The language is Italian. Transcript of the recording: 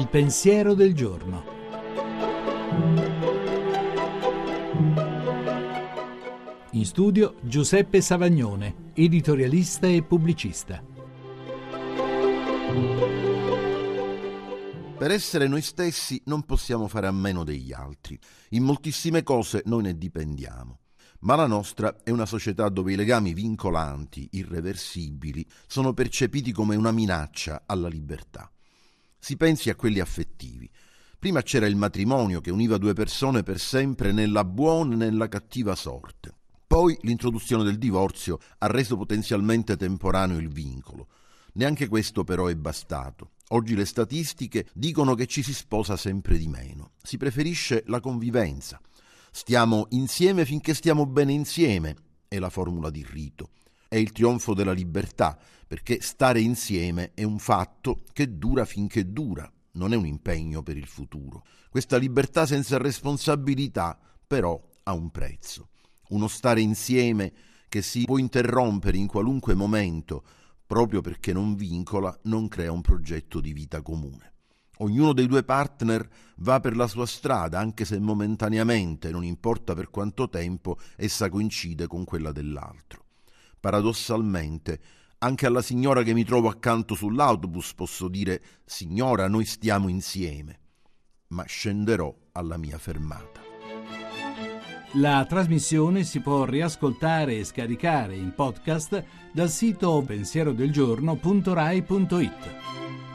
Il pensiero del giorno. In studio Giuseppe Savagnone, editorialista e pubblicista. Per essere noi stessi non possiamo fare a meno degli altri. In moltissime cose noi ne dipendiamo. Ma la nostra è una società dove i legami vincolanti, irreversibili, sono percepiti come una minaccia alla libertà. Si pensi a quelli affettivi. Prima c'era il matrimonio che univa due persone per sempre nella buona e nella cattiva sorte. Poi l'introduzione del divorzio ha reso potenzialmente temporaneo il vincolo. Neanche questo però è bastato. Oggi le statistiche dicono che ci si sposa sempre di meno. Si preferisce la convivenza. Stiamo insieme finché stiamo bene insieme, è la formula di rito. È il trionfo della libertà, perché stare insieme è un fatto che dura finché dura, non è un impegno per il futuro. Questa libertà senza responsabilità, però, ha un prezzo. Uno stare insieme che si può interrompere in qualunque momento, proprio perché non vincola, non crea un progetto di vita comune. Ognuno dei due partner va per la sua strada, anche se momentaneamente, non importa per quanto tempo, essa coincide con quella dell'altro. Paradossalmente, anche alla signora che mi trovo accanto sull'autobus posso dire: signora, noi stiamo insieme, ma scenderò alla mia fermata. La trasmissione si può riascoltare e scaricare in podcast dal sito pensierodelgiorno.rai.it.